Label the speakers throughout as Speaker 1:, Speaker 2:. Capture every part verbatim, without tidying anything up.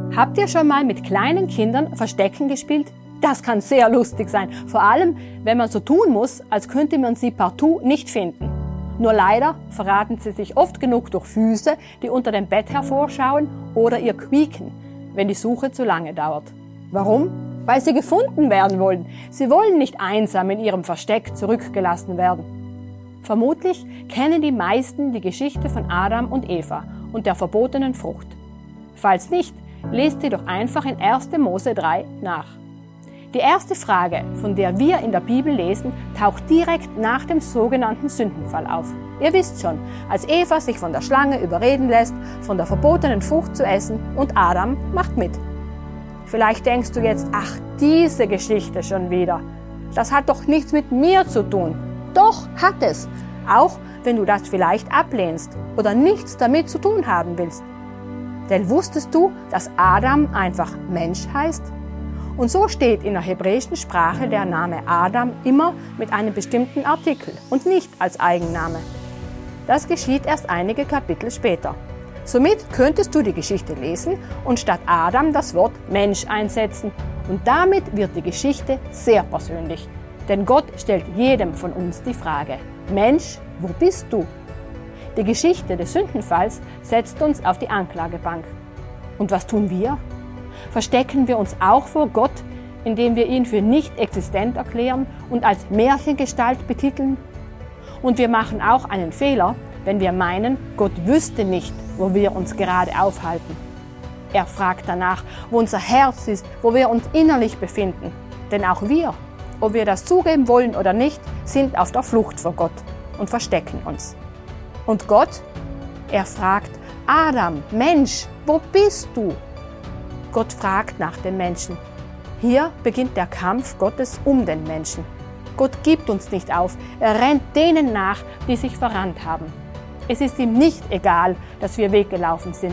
Speaker 1: Habt ihr schon mal mit kleinen Kindern Verstecken gespielt? Das kann sehr lustig sein, vor allem wenn man so tun muss, als könnte man sie partout nicht finden. Nur leider verraten sie sich oft genug durch Füße, die unter dem Bett hervorschauen, oder ihr Quieken, wenn die Suche zu lange dauert. Warum? Weil sie gefunden werden wollen. Sie wollen nicht einsam in ihrem Versteck zurückgelassen werden. Vermutlich kennen die meisten die Geschichte von Adam und Eva und der verbotenen Frucht. Falls nicht, lest sie doch einfach in erster Mose drei nach. Die erste Frage, von der wir in der Bibel lesen, taucht direkt nach dem sogenannten Sündenfall auf. Ihr wisst schon, als Eva sich von der Schlange überreden lässt, von der verbotenen Frucht zu essen, und Adam macht mit. Vielleicht denkst du jetzt, ach, diese Geschichte schon wieder. Das hat doch nichts mit mir zu tun. Doch, hat es. Auch wenn du das vielleicht ablehnst oder nichts damit zu tun haben willst. Denn wusstest du, dass Adam einfach Mensch heißt? Und so steht in der hebräischen Sprache der Name Adam immer mit einem bestimmten Artikel und nicht als Eigenname. Das geschieht erst einige Kapitel später. Somit könntest du die Geschichte lesen und statt Adam das Wort Mensch einsetzen. Und damit wird die Geschichte sehr persönlich. Denn Gott stellt jedem von uns die Frage: Mensch, wo bist du? Die Geschichte des Sündenfalls setzt uns auf die Anklagebank. Und was tun wir? Verstecken wir uns auch vor Gott, indem wir ihn für nicht existent erklären und als Märchengestalt betiteln? Und wir machen auch einen Fehler, wenn wir meinen, Gott wüsste nicht, wo wir uns gerade aufhalten. Er fragt danach, wo unser Herz ist, wo wir uns innerlich befinden. Denn auch wir, ob wir das zugeben wollen oder nicht, sind auf der Flucht vor Gott und verstecken uns. Und Gott? Er fragt: Adam, Mensch, wo bist du? Gott fragt nach den Menschen. Hier beginnt der Kampf Gottes um den Menschen. Gott gibt uns nicht auf, er rennt denen nach, die sich verrannt haben. Es ist ihm nicht egal, dass wir weggelaufen sind.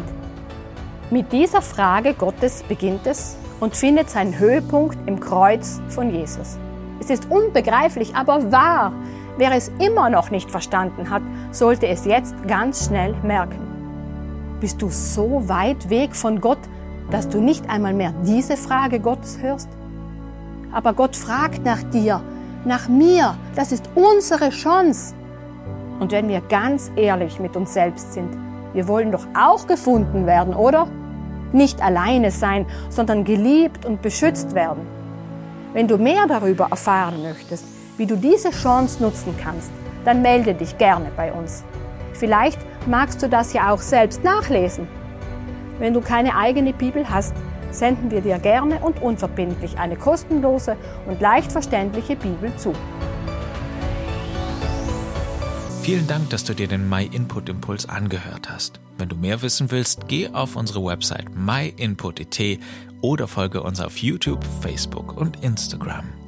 Speaker 1: Mit dieser Frage Gottes beginnt es und findet seinen Höhepunkt im Kreuz von Jesus. Es ist unbegreiflich, aber wahr. Wer es immer noch nicht verstanden hat, sollte es jetzt ganz schnell merken. Bist du so weit weg von Gott, dass du nicht einmal mehr diese Frage Gottes hörst? Aber Gott fragt nach dir, nach mir. Das ist unsere Chance. Und wenn wir ganz ehrlich mit uns selbst sind, wir wollen doch auch gefunden werden, oder? Nicht alleine sein, sondern geliebt und beschützt werden. Wenn du mehr darüber erfahren möchtest, wie du diese Chance nutzen kannst, dann melde dich gerne bei uns. Vielleicht magst du das ja auch selbst nachlesen. Wenn du keine eigene Bibel hast, senden wir dir gerne und unverbindlich eine kostenlose und leicht verständliche Bibel zu.
Speaker 2: Vielen Dank, dass du dir den MyInput-Impuls angehört hast. Wenn du mehr wissen willst, geh auf unsere Website my input punkt d t oder folge uns auf YouTube, Facebook und Instagram.